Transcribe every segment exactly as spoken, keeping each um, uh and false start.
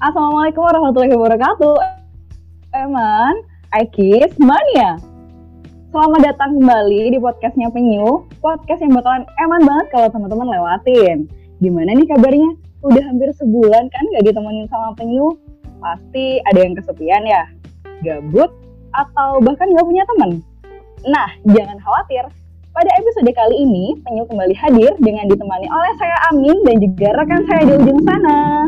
Assalamualaikum warahmatullahi wabarakatuh. Eman, Aikis, Mania. Selamat datang kembali di podcastnya Penyu. Podcast yang bakalan eman banget kalau teman-teman lewatin. Gimana nih kabarnya? Udah hampir sebulan kan gak ditemenin sama Penyu? Pasti ada yang kesepian ya? Gabut? Atau bahkan gak punya teman? Nah, jangan khawatir. Pada episode kali ini, Penyu kembali hadir dengan ditemani oleh saya Amin dan juga rekan saya di ujung sana.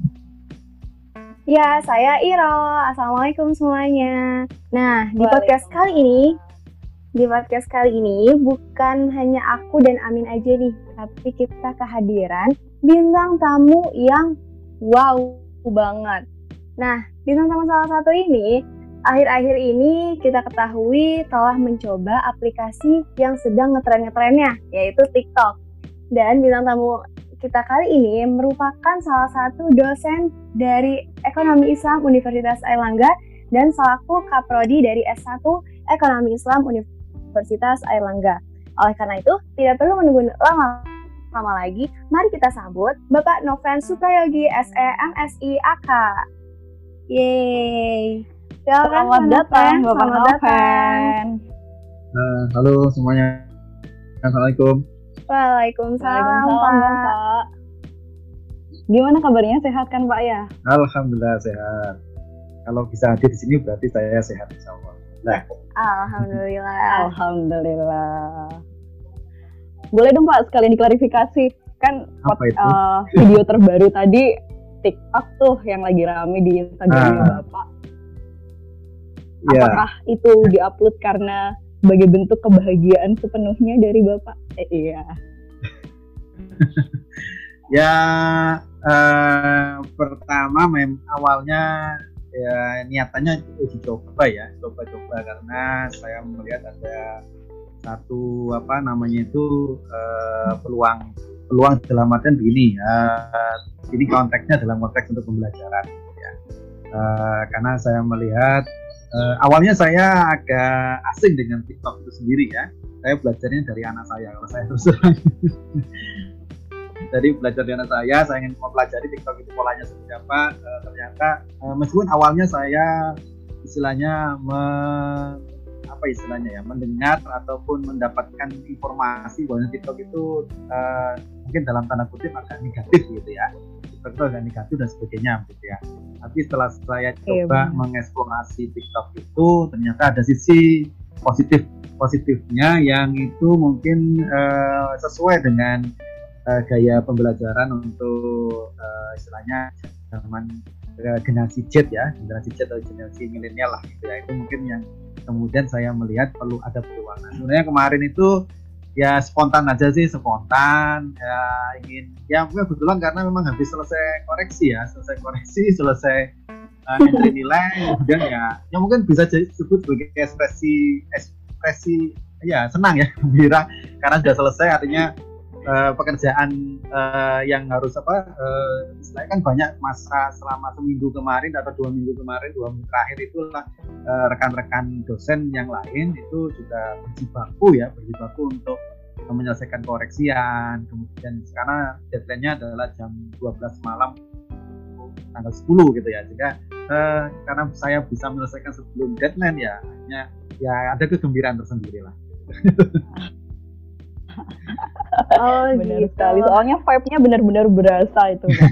Ya, saya Iro. Assalamualaikum semuanya. Nah, di podcast kali ini, di podcast kali ini bukan hanya aku dan Amin aja nih, tapi kita kehadiran bintang tamu yang wow banget. Nah, bintang tamu salah satu ini, akhir-akhir ini kita ketahui telah mencoba aplikasi yang sedang ngetren-ngetrennya, yaitu TikTok. Dan bintang tamu kita kali ini merupakan salah satu dosen dari Ekonomi Islam Universitas Airlangga dan selaku Kaprodi dari S satu Ekonomi Islam Universitas Airlangga. Oleh karena itu, tidak perlu menunggu lama-lama lagi, mari kita sambut Bapak Noven Suprayogi S E M Si A K. Yeay. Selamat datang Bapak Noven. Uh, halo semuanya. Assalamualaikum. Waalaikumsalam, Waalaikumsalam Pak. Gimana kabarnya, sehat kan Pak ya? Alhamdulillah sehat. Kalau bisa hadir di sini berarti saya sehat insyaallah. Nah. Alhamdulillah. Alhamdulillah. Boleh dong Pak sekalian diklarifikasi kan pot, uh, video terbaru tadi TikTok tuh yang lagi rame di Instagramnya ah. Bapak. Apakah ya. Itu diupload karena sebagai bentuk kebahagiaan sepenuhnya dari Bapak? Eh, iya. ya uh, pertama mem awalnya ya niatannya uji coba ya, coba-coba karena saya melihat ada satu apa namanya itu uh, peluang peluang dalam artian begini. Uh, ini konteksnya dalam konteks untuk pembelajaran. Ya. Uh, karena saya melihat Uh, awalnya saya agak asing dengan TikTok itu sendiri ya. Saya belajarnya dari anak saya. Kalau saya terus jadi belajar dari anak saya, saya ingin mempelajari TikTok itu polanya seperti apa. Uh, ternyata uh, meskipun awalnya saya istilahnya me, apa istilahnya ya, mendengar ataupun mendapatkan informasi bahwa TikTok itu uh, mungkin dalam tanda kutip agak negatif gitu ya. TikTok itu agak negatif dan sebagainya gitu ya. Tapi setelah saya coba iya, mengeksplorasi TikTok itu ternyata ada sisi positif positifnya yang itu mungkin uh, sesuai dengan uh, gaya pembelajaran untuk uh, istilahnya zaman uh, generasi Z ya, generasi Z atau generasi milenial lah gitu ya. Itu mungkin yang kemudian saya melihat perlu ada perubahan. Nah, sebenarnya kemarin itu ya spontan aja sih, spontan ya ingin ya mungkin kebetulan karena memang habis selesai koreksi ya, selesai koreksi, selesai uh, entry nilai, kemudian ya ya mungkin bisa disebut sebagai ekspresi ekspresi ya senang ya, gembira karena sudah selesai, artinya uh, pekerjaan uh, yang harus apa uh, istilahnya kan banyak masa selama seminggu kemarin atau dua minggu kemarin, dua minggu terakhir itulah uh, rekan-rekan dosen yang lain itu juga berjibaku ya, berjibaku untuk menyelesaikan koreksian. Kemudian sekarang deadline-nya adalah jam dua belas malam tanggal sepuluh gitu ya. Sehingga eh, karena saya bisa menyelesaikan sebelum deadline ya, hanya ya ada kegembiraan tersendiri lah. Oh, benar gitu. Sekali. Soalnya vibe-nya benar-benar berasa itu, Pak.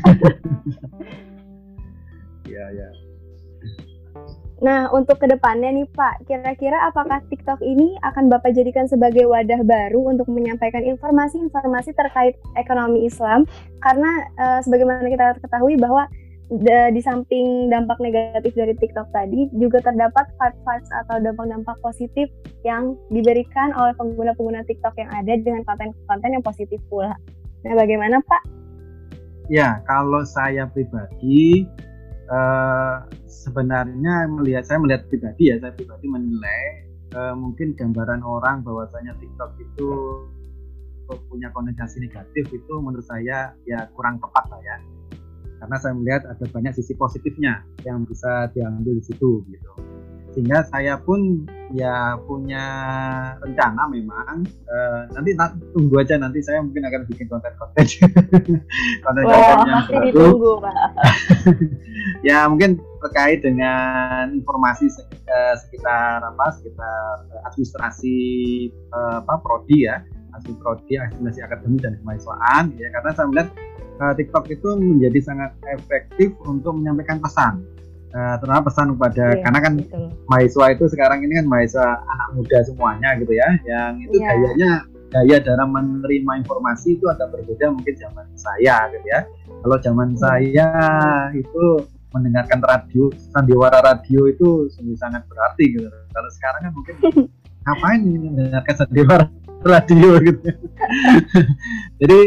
Iya, ya. Nah, untuk kedepannya nih Pak, kira-kira apakah TikTok ini akan Bapak jadikan sebagai wadah baru untuk menyampaikan informasi-informasi terkait ekonomi Islam? Karena uh, sebagaimana kita ketahui bahwa de, di samping dampak negatif dari TikTok tadi, juga terdapat vibes-vibes atau dampak-dampak positif yang diberikan oleh pengguna-pengguna TikTok yang ada dengan konten-konten yang positif pula. Nah, bagaimana Pak? Ya, kalau saya pribadi, Uh, sebenarnya melihat saya melihat pribadi ya saya pribadi menilai uh, mungkin gambaran orang bahwasanya TikTok itu punya konotasi negatif itu menurut saya ya kurang tepat lah ya, karena saya melihat ada banyak sisi positifnya yang bisa diambil di situ gitu. sehingga saya pun ya punya rencana memang uh, nanti nanti tunggu aja, nanti saya mungkin akan bikin konten-konten konten-konten Wah, yang pasti baru. ditunggu, Pak. Ya mungkin terkait dengan informasi uh, sekitar apa sekitar administrasi uh, apa prodi ya, administrasi prodi, administrasi akademik dan kemahasiswaan ya, karena saya melihat uh, TikTok itu menjadi sangat efektif untuk menyampaikan pesan. Uh, terutama pesan kepada Iya, karena kan betul. mahasiswa itu sekarang ini kan mahasiswa anak muda semuanya gitu ya, yang itu Iya. gayanya gaya dalam menerima informasi itu agak berbeda mungkin zaman saya gitu ya. Kalau zaman saya itu mendengarkan radio, sandiwara radio itu sungguh sangat berarti gitu. Kalau sekarang kan mungkin ngapain ini mendengarkan sandiwara radio gitu. Jadi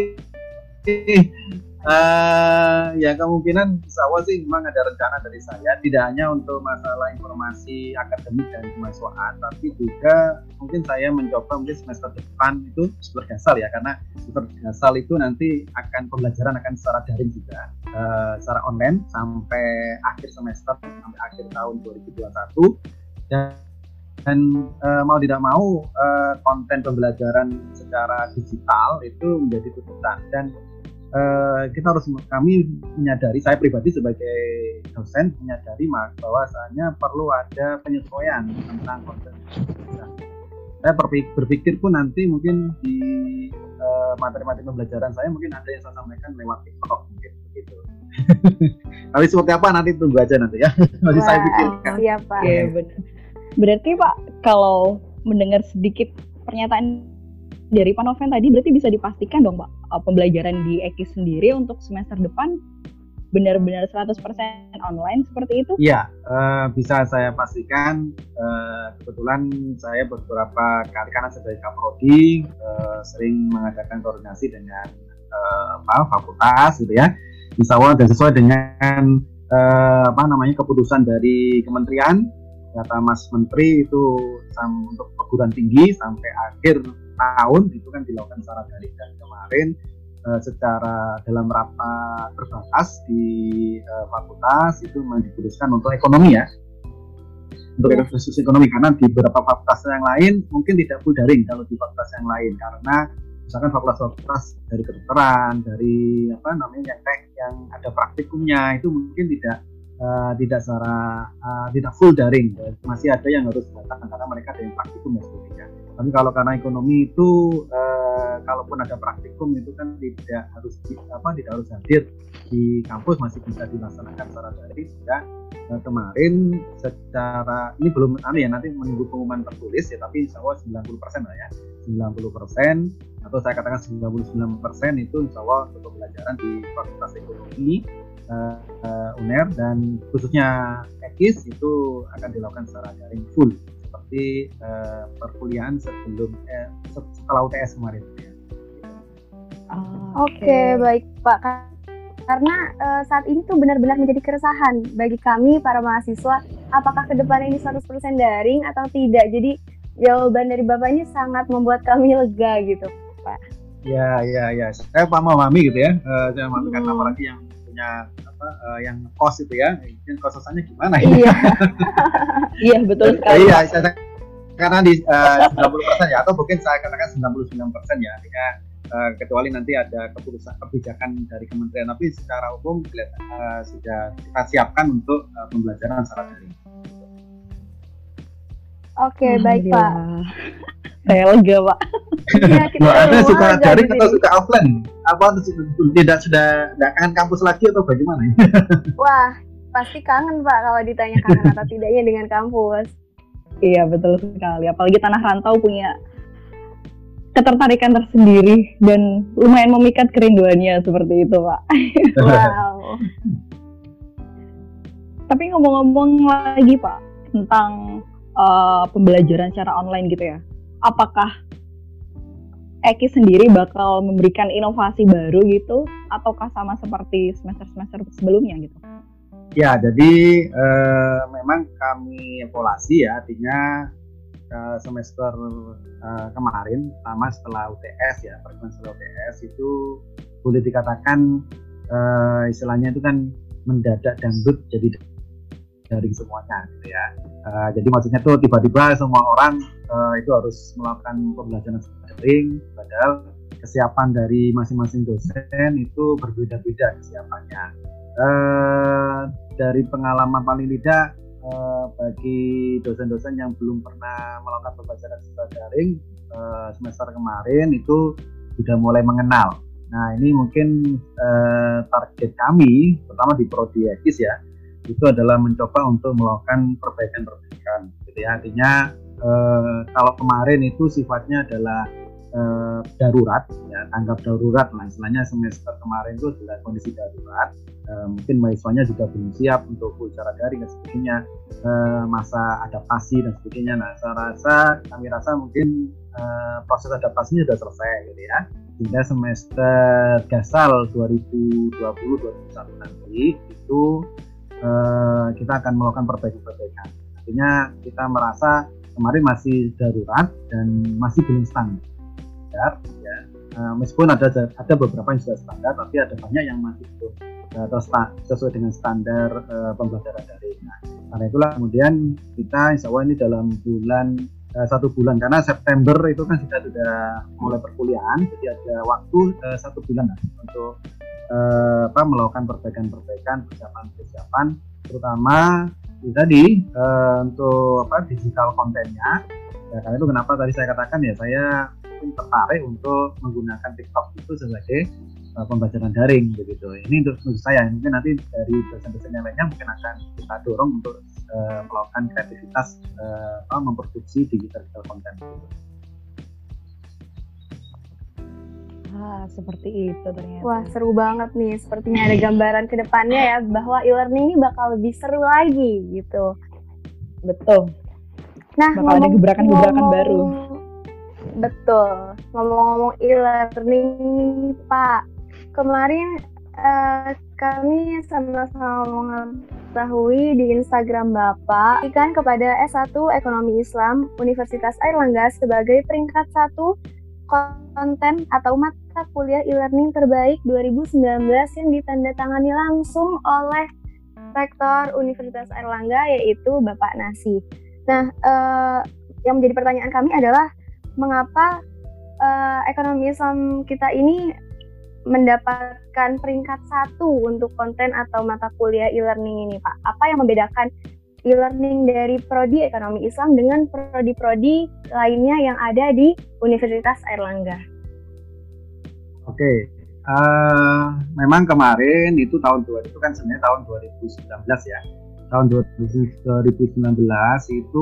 Uh, ya kemungkinan insya Allah sih memang ada rencana dari saya, tidak hanya untuk masalah informasi akademik dan kemahasiswaan, tapi juga mungkin saya mencoba mungkin semester depan itu semester dasar ya, karena semester dasar itu nanti akan pembelajaran akan secara daring juga, uh, secara online sampai akhir semester, sampai akhir tahun dua ribu dua puluh satu, dan dan uh, mau tidak mau uh, konten pembelajaran secara digital itu menjadi tuntutan, dan Uh, kita harus kami menyadari, saya pribadi sebagai dosen menyadari bahwasanya perlu ada penyesuaian tentang konten. Saya berpikir, berpikir pun nanti mungkin di uh, materi-materi pembelajaran saya mungkin ada yang saya sampaikan lewat TikTok mungkin begitu. Tapi seperti apa nanti tunggu aja nanti ya. Masih saya pikirkan. Siap, Pak. Oke, benar. Berarti Pak, kalau mendengar sedikit pernyataan dari Pak Noven tadi, berarti bisa dipastikan dong Pak, pembelajaran di E K I S sendiri untuk semester depan benar-benar seratus persen online seperti itu? Iya, uh, bisa saya pastikan. Uh, kebetulan saya beberapa kali karena sebagai kaprodi uh, sering mengadakan koordinasi dengan uh, apa, fakultas gitu ya. Insya Allah dan sesuai dengan uh, apa namanya keputusan dari kementerian, kata Mas Menteri itu sam- untuk perguruan tinggi sampai akhir tahun itu kan dilakukan secara daring, dan kemarin uh, secara dalam rapat terbatas di uh, fakultas itu diputuskan untuk ekonomi ya, untuk ya. Khusus ekonomi, karena di beberapa fakultas yang lain mungkin tidak full daring kalau di fakultas yang lain, karena misalkan fakultas-fakultas dari kedokteran, dari apa namanya yang tek yang ada praktikumnya itu mungkin tidak uh, tidak secara uh, tidak full daring, masih ada yang harus datang karena mereka ada yang praktikum dan sebagainya. Tapi kalau karena ekonomi itu, eh, kalaupun ada praktikum itu kan tidak harus apa tidak harus hadir di kampus, masih bisa dilaksanakan secara daring. Sehingga eh, kemarin secara ini belum anu ya, nanti menunggu pengumuman tertulis ya, tapi insya Allah sembilan puluh persen lah ya, sembilan puluh persen atau saya katakan sembilan puluh sembilan persen itu insya Allah untuk pembelajaran di Fakultas Ekonomi eh, eh, U N E R, dan khususnya E K I S itu akan dilakukan secara daring full, seperti uh, perkuliahan sebelum eh, setelah U T S kemarin ya. Oh, Oke, okay, baik Pak. Karena uh, saat ini tuh benar-benar menjadi keresahan bagi kami para mahasiswa, apakah ke depan ini seratus persen daring atau tidak. Jadi jawaban dari Bapak ini sangat membuat kami lega gitu, Pak. Ya, ya, ya. Saya paham memahami gitu ya. Uh, saya memahami hmm. karena apalagi yang punya apa uh, yang kos itu ya, mungkin kos-kosannya gimana ya? Iya. Iya, betul sekali. Iya, saya karena di uh, sembilan puluh persen ya, atau mungkin saya katakan sembilan puluh sembilan persen ya, artinya uh, kecuali nanti ada keputusan kebijakan dari kementerian, tapi secara umum uh, sudah kita siapkan untuk uh, pembelajaran secara daring. Oke, baik Pak. Saya lega Pak. Iya, kita Anda suka daring atau suka offline? Apa tidak sudah nggak kangen kampus lagi atau bagaimana? Wah, pasti kangen Pak kalau ditanya kangen atau tidaknya dengan kampus. Iya, betul sekali. Apalagi tanah rantau punya ketertarikan tersendiri dan lumayan memikat kerinduannya seperti itu, Pak. Wow. Tapi ngomong-ngomong lagi, Pak, tentang uh, pembelajaran secara online gitu ya. Apakah E K I S sendiri bakal memberikan inovasi baru gitu, ataukah sama seperti semester-semester sebelumnya gitu? Ya, jadi eh, memang kami evaluasi ya, artinya eh, semester eh, kemarin, pertama setelah U T S ya, pertemuan setelah U T S itu boleh dikatakan eh, istilahnya itu kan mendadak dangdut jadi daring semuanya gitu ya. Uh, jadi maksudnya tuh tiba-tiba semua orang uh, itu harus melakukan pembelajaran secara daring, padahal kesiapan dari masing-masing dosen itu berbeda-beda kesiapannya. Uh, dari pengalaman paling tidak uh, bagi dosen-dosen yang belum pernah melakukan pembelajaran secara daring uh, semester kemarin itu sudah mulai mengenal. Nah ini mungkin uh, target kami pertama di Prodi Ekis ya, itu adalah mencoba untuk melakukan perbaikan-perbaikan gitu ya. Artinya eh, kalau kemarin itu sifatnya adalah eh, darurat ya, tanggap darurat lah istilahnya. Semester kemarin itu adalah kondisi darurat, eh, mungkin mahasiswanya juga belum siap untuk ujian daring dan sebagainya, eh, masa adaptasi dan sebagainya. Nah saya rasa kami rasa mungkin eh, proses adaptasinya sudah selesai gitu ya, sehingga semester gasal dua ribu dua puluh dua ribu dua puluh satu nanti itu Uh, kita akan melakukan perbaikan-perbaikan. Artinya kita merasa kemarin masih darurat dan masih belum standar ya. Uh, meskipun ada ada beberapa yang sudah standar, tapi ada banyak yang masih belum uh, sesuai dengan standar uh, pembelajaran daring. Nah, karena itulah kemudian kita insya Allah ini dalam bulan uh, satu bulan, karena September itu kan kita sudah mulai perkuliahan, jadi ada waktu uh, satu bulan lah untuk Uh, apa melakukan perbaikan-perbaikan persiapan-persiapan terutama itu tadi uh, untuk apa digital kontennya ya. Karena itu kenapa tadi saya katakan ya saya mungkin tertarik untuk menggunakan TikTok itu sebagai uh, pembelajaran daring begitu. Ini untuk, untuk saya mungkin nanti dari dosen-dosen yang lainnya mungkin akan kita dorong untuk uh, melakukan kreativitas uh, apa, memproduksi digital konten. Ah, seperti itu ternyata. Wah, seru banget nih. Sepertinya ada gambaran ke depannya ya, bahwa e-learning ini bakal lebih seru lagi gitu. Betul. Nah, bakal ada gebrakan-gebrakan baru. Betul. Ngomong-ngomong e-learning nih, Pak. Kemarin uh, kami sama-sama mengetahui di Instagram Bapak kan kepada S satu Ekonomi Islam Universitas Airlangga sebagai peringkat satu konten atau mata kuliah e-learning terbaik dua ribu sembilan belas yang ditandatangani langsung oleh Rektor Universitas Airlangga yaitu Bapak Nasi. Nah, eh, yang menjadi pertanyaan kami adalah mengapa eh, ekonomi Islam kita ini mendapatkan peringkat satu untuk konten atau mata kuliah e-learning ini, Pak? Apa yang membedakan e-learning dari Prodi Ekonomi Islam dengan prodi-prodi lainnya yang ada di Universitas Airlangga? Oke, uh, memang kemarin itu tahun dua itu kan sebenarnya tahun dua ribu sembilan belas ya. Tahun dua ribu sembilan belas itu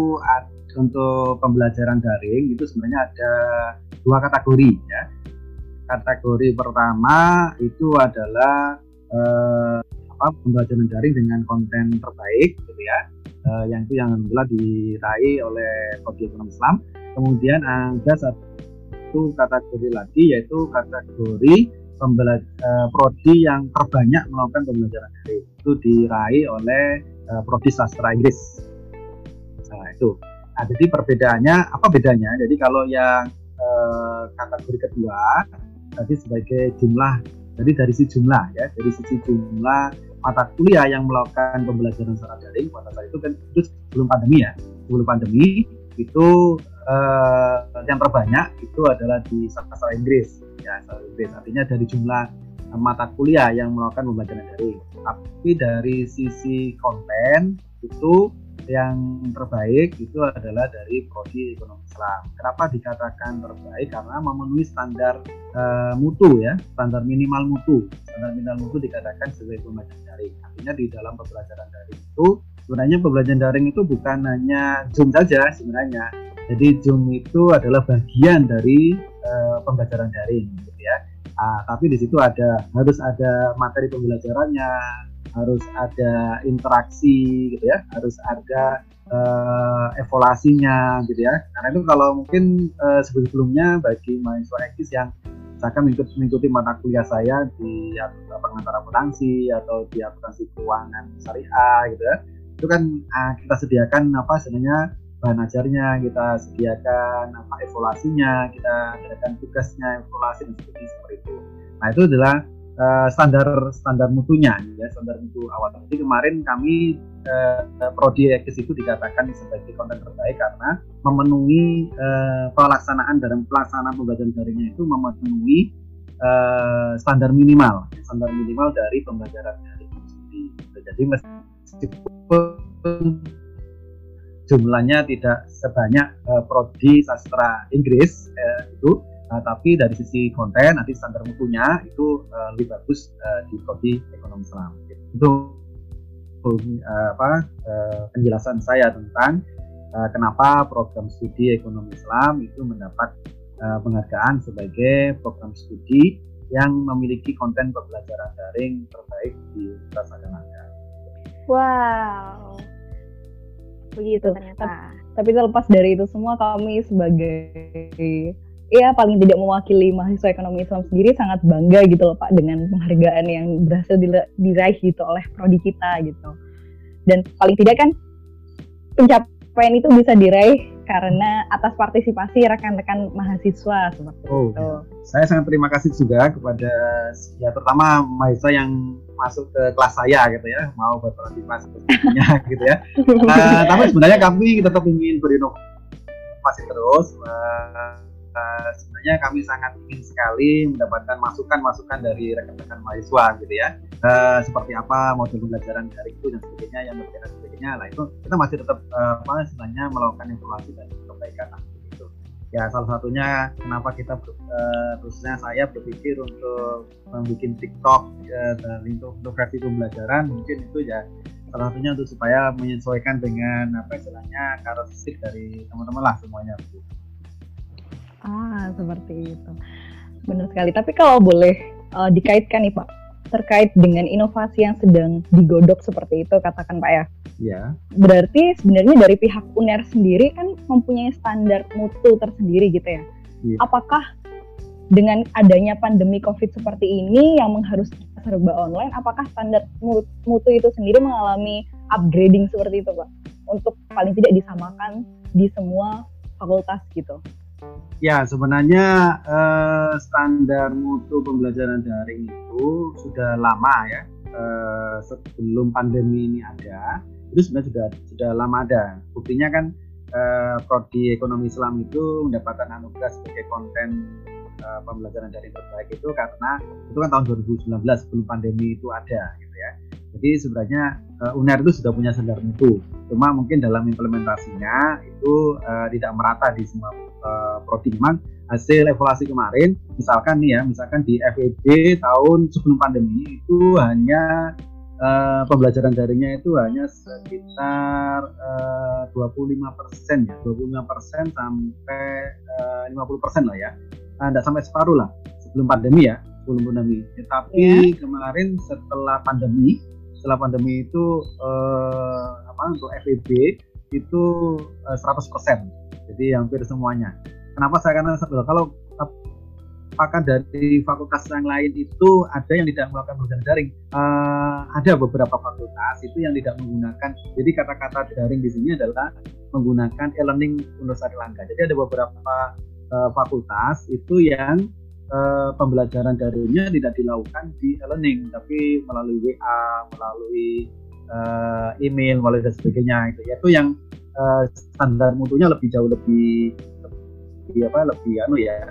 untuk pembelajaran daring itu sebenarnya ada dua kategori ya. Kategori pertama itu adalah uh, pembelajaran daring dengan konten terbaik gitu ya, uh, yang itu yang alhamdulillah diraih oleh Prodi Ekonomi Islam. Kemudian ada satu kategori lagi yaitu kategori pembelajaran uh, prodi yang terbanyak melakukan pembelajaran daring, itu diraih oleh uh, Prodi Sastra Inggris. Nah itu, nah, jadi perbedaannya apa bedanya? Jadi kalau yang uh, kategori kedua tadi sebagai jumlah, jadi dari sisi jumlah ya, dari sisi jumlah mata kuliah yang melakukan pembelajaran secara daring pada saat itu kan itu sebelum pandemi ya, sebelum pandemi itu eh, yang terbanyak itu adalah di sastra Inggris ya, sastra Inggris. Artinya dari jumlah eh, mata kuliah yang melakukan pembelajaran daring. Tapi dari sisi konten itu yang terbaik itu adalah dari Prodi Ekonomi Islam. Kenapa dikatakan terbaik? Karena memenuhi standar uh, mutu ya, standar minimal mutu. Standar minimal mutu dikatakan sebagai pembelajaran daring. Artinya di dalam pembelajaran daring itu sebenarnya pembelajaran daring itu bukan hanya Zoom saja sebenarnya. Jadi Zoom itu adalah bagian dari uh, pembelajaran daring gitu ya. Ah, tapi di situ ada harus ada materi pembelajarannya, harus ada interaksi gitu ya, harus ada uh, evaluasinya gitu ya. Karena itu kalau mungkin uh, sebelum-sebelumnya bagi mahasiswa Ekis yang misalkan mengikuti, mengikuti mata kuliah saya di pengantar akuntansi atau di akuntansi keuangan syariah gitu ya, itu kan uh, kita sediakan apa sebenarnya bahan ajarnya, kita sediakan apa evaluasinya, kita adakan tugasnya, evaluasi dan sebagainya seperti itu. Nah itu adalah uh, standar standar mutunya ya, standar mutu awal. Jadi kemarin kami uh, prodi Ekis itu dikatakan sebagai konten terbaik karena memenuhi uh, pelaksanaan dalam pelaksanaan pembelajaran daringnya itu memenuhi uh, standar minimal standar minimal dari pembelajaran daring itu sendiri. Jadi meskipun jumlahnya tidak sebanyak uh, prodi sastra Inggris uh, itu, uh, tapi dari sisi konten nanti standar mutunya itu uh, lebih bagus uh, di prodi ekonomi Islam. Itu uh, apa uh, penjelasan saya tentang uh, kenapa program studi ekonomi Islam itu mendapat uh, penghargaan sebagai program studi yang memiliki konten pembelajaran daring terbaik di Universitas Airlangga. Wow. Begitu ternyata. Tapi terlepas dari itu semua, kami sebagai ya paling tidak mewakili mahasiswa ekonomi Islam sendiri sangat bangga gitu loh Pak dengan penghargaan yang berhasil diraih gitu oleh prodi kita gitu. Dan paling tidak kan pencapaian itu bisa diraih karena atas partisipasi rekan-rekan mahasiswa seperti oh, itu. Ya. Saya sangat terima kasih juga kepada ya terutama mahasiswa yang masuk ke kelas saya gitu ya, mau berpartisipasi pastinya gitu ya. Uh, tapi sebenarnya kami tetap ingin berinovasi terus. Uh, uh, sebenarnya kami sangat ingin sekali mendapatkan masukan-masukan dari rekan-rekan mahasiswa gitu ya. Uh, seperti apa model pembelajaran daring itu dan sebagainya yang berbeda sebagainya. Lah itu kita masih tetap uh, apa sebenarnya melakukan evaluasi dan perbaikan itu. Ya salah satunya kenapa kita uh, terusnya saya berpikir untuk membuat TikTok ya, dan untuk, untuk versi pembelajaran mungkin itu ya salah satunya untuk supaya menyesuaikan dengan apa istilahnya karakteristik dari teman-teman lah semuanya. Ah seperti itu, benar sekali. Tapi kalau boleh uh, dikaitkan nih Pak terkait dengan inovasi yang sedang digodok seperti itu katakan Pak ya. Ya. Berarti sebenarnya dari pihak U N E R sendiri kan mempunyai standar mutu tersendiri gitu ya. Ya. Apakah dengan adanya pandemi COVID seperti ini yang mengharuskan serba online, apakah standar mutu itu sendiri mengalami upgrading seperti itu Pak? Untuk paling tidak disamakan di semua fakultas gitu. Ya, sebenarnya eh, standar mutu pembelajaran daring itu sudah lama ya. Eh, sebelum pandemi ini ada, itu sebenarnya sudah sudah lama ada. Buktinya kan eh, prodi ekonomi Islam itu mendapatkan anugerah sebagai konten eh, pembelajaran daring terbaik itu karena itu kan tahun dua ribu sembilan belas sebelum pandemi itu ada gitu ya. Jadi sebenarnya uh, U N E R itu sudah punya standar mutu, cuma mungkin dalam implementasinya itu uh, tidak merata di semua uh, prodi. Memang hasil evaluasi kemarin, misalkan nih ya, misalkan di F E B tahun sebelum pandemi itu hanya uh, pembelajaran daringnya itu hanya sekitar uh, dua puluh lima persen ya, dua puluh lima persen sampai uh, lima puluh persen lah ya, tidak uh, sampai separuh lah sebelum pandemi ya, sebelum pandemi. Tapi yeah. Kemarin setelah pandemi setelah pandemi itu eh, apa untuk F E B itu eh, seratus persen, jadi hampir semuanya. Kenapa saya karena kalau apakah dari fakultas yang lain itu ada yang tidak melakukan pembelajaran daring? Eh, ada beberapa fakultas itu yang tidak menggunakan. Jadi kata-kata daring di sini adalah menggunakan e-learning Universitas Airlangga. Jadi ada beberapa eh, fakultas itu yang Uh, pembelajaran daringnya tidak dilakukan di e-learning tapi melalui W A, melalui uh, email, melalui dan sebagainya itu. Yaitu yang uh, standar mutunya lebih jauh lebih lebih apa lebih anu ya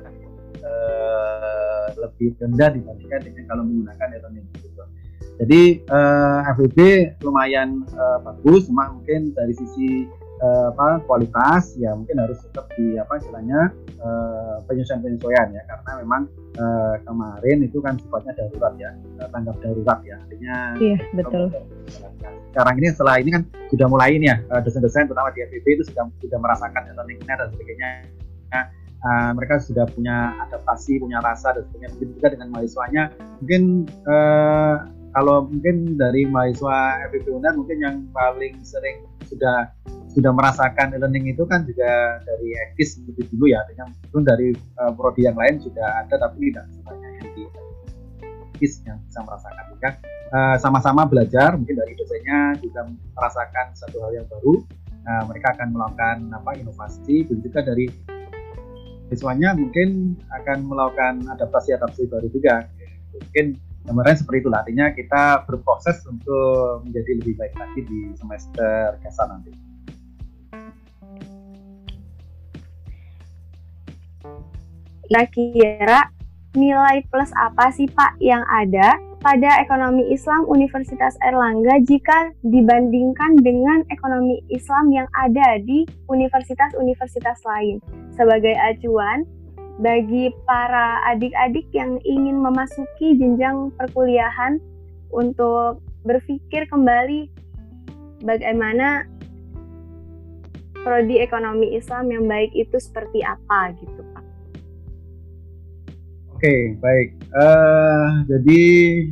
uh, lebih rendah dibandingkan dengan kalau menggunakan e-learning gitu. Jadi uh, F E B lumayan uh, bagus, cuma mungkin dari sisi uh, apa kualitas ya mungkin harus tetap di apa istilahnya Uh, penyesuaian-penyesuaian ya, karena memang uh, kemarin itu kan sifatnya darurat ya, uh, tanggap darurat ya, artinya iya betul. Sekarang ini setelah ini kan sudah mulai ini ya, uh, dosen-dosen terutama di F E B itu sudah sudah merasakan e-learning dan sebagainya. Nah, uh, mereka sudah punya adaptasi, punya rasa dan sebagainya. Mungkin juga dengan mahasiswanya, mungkin uh, kalau mungkin dari mahasiswa F E B U N E R mungkin yang paling sering sudah sudah merasakan e-learning itu kan juga dari Ekis lebih dulu ya, artinya mungkin dari uh, prodi yang lain sudah ada tapi tidak sebanyak yang di Ekis yang bisa merasakan. Juga uh, sama-sama belajar, mungkin dari dosennya juga merasakan satu hal yang baru, uh, mereka akan melakukan apa inovasi, dan juga dari siswanya mungkin akan melakukan adaptasi-adaptasi baru juga. Mungkin gambarannya seperti itulah, artinya kita berproses untuk menjadi lebih baik lagi di semester dasar nanti. Kira-kira nilai plus apa sih Pak yang ada pada ekonomi Islam Universitas Airlangga jika dibandingkan dengan ekonomi Islam yang ada di universitas-universitas lain, sebagai acuan bagi para adik-adik yang ingin memasuki jenjang perkuliahan untuk berpikir kembali bagaimana prodi ekonomi Islam yang baik itu seperti apa gitu Pak. Oke, baik. Uh, jadi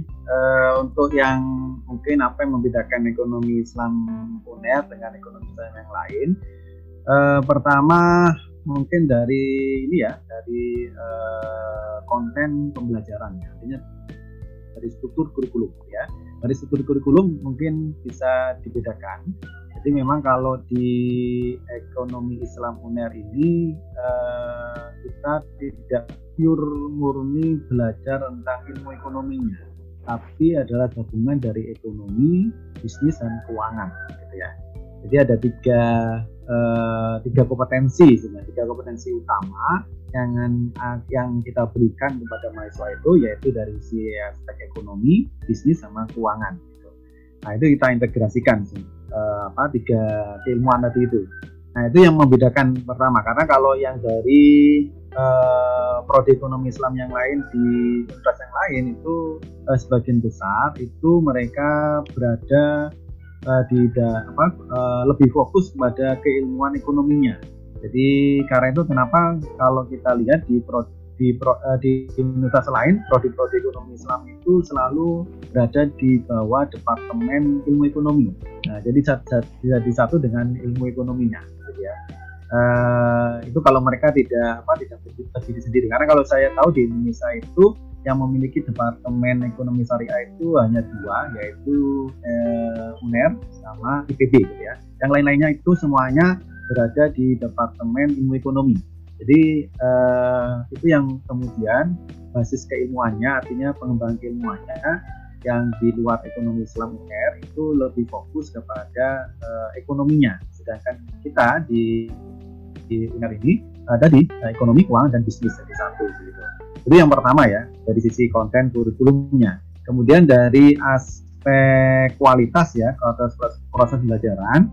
uh, untuk yang mungkin apa yang membedakan ekonomi Islam U N E R dengan ekonomi Islam yang lain, uh, pertama mungkin dari ini ya, dari uh, konten pembelajaran, artinya dari struktur kurikulum ya. Dari struktur kurikulum mungkin bisa dibedakan. Jadi memang kalau di ekonomi Islam U N E R ini uh, kita tidak pure murni belajar tentang ilmu ekonominya, tapi adalah gabungan dari ekonomi, bisnis, dan keuangan, gitu ya. Jadi ada tiga uh, tiga kompetensi sebenarnya, tiga kompetensi utama yang yang kita berikan kepada mahasiswa itu, yaitu dari si aspek ekonomi, bisnis, sama keuangan. Gitu. Nah itu kita integrasikan uh, apa tiga keilmuan tadi itu. Nah itu yang membedakan pertama, karena kalau yang dari Uh, prodi ekonomi Islam yang lain di universitas yang lain itu uh, sebagian besar itu mereka berada uh, di da, apa, uh, lebih fokus pada keilmuan ekonominya. Jadi karena itu kenapa kalau kita lihat di pro, di, pro, uh, di universitas lain prodi-prodi ekonomi Islam itu selalu berada di bawah departemen ilmu ekonomi. Nah jadi jadi satu dengan ilmu ekonominya, gitu ya. Uh, itu kalau mereka tidak apa tidak berdiri sendiri, karena kalau saya tahu di Indonesia itu yang memiliki departemen ekonomi syariah itu hanya dua, yaitu uh, U N E R sama I P B, gitu ya. Yang lain-lainnya itu semuanya berada di departemen ilmu ekonomi. Jadi uh, itu yang kemudian basis keilmuannya, artinya pengembangan keilmuannya yang di luar ekonomi Islam U N E R itu lebih fokus kepada uh, ekonominya, sedangkan kita di di U N E R ini ada di uh, ekonomi, keuangan, dan bisnis jadi satu gitu. Itu yang pertama ya, dari sisi konten kurikulumnya. Kemudian dari aspek kualitas ya, kualitas proses pembelajaran,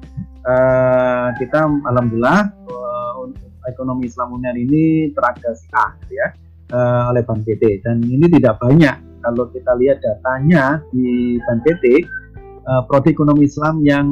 uh, kita alhamdulillah uh, ekonomi Islam U N E R ini teragasi A gitu ya, uh, oleh Ban P T, dan ini tidak banyak. Kalau kita lihat datanya di Ban P T, uh, prodi ekonomi Islam yang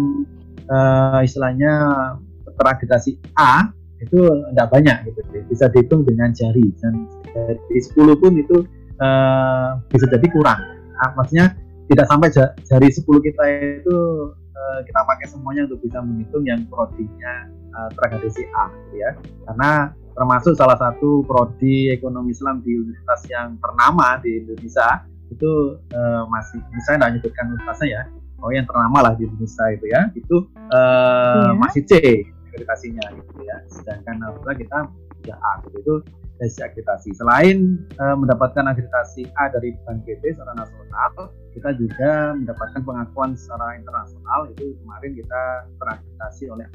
uh, istilahnya teragregasi A itu tidak banyak gitu, bisa dihitung dengan jari, dan dari sepuluh pun itu uh, bisa jadi kurang. Nah, maksudnya tidak sampai jari sepuluh kita itu uh, kita pakai semuanya untuk bisa menghitung yang prodinya uh, teragregasi A gitu ya, karena termasuk salah satu prodi ekonomi Islam di universitas yang ternama di Indonesia itu uh, masih, misalnya tidak menyebutkan universitasnya ya, oh yang ternama lah di Indonesia itu ya, itu uh, yeah. masih C akreditasinya gitu ya, sedangkan alhamdulillah kita sudah A gitu. Itu dari akreditasi. Selain uh, mendapatkan akreditasi A dari Ban P T secara nasional, kita juga mendapatkan pengakuan secara internasional. Itu kemarin kita terakreditasi oleh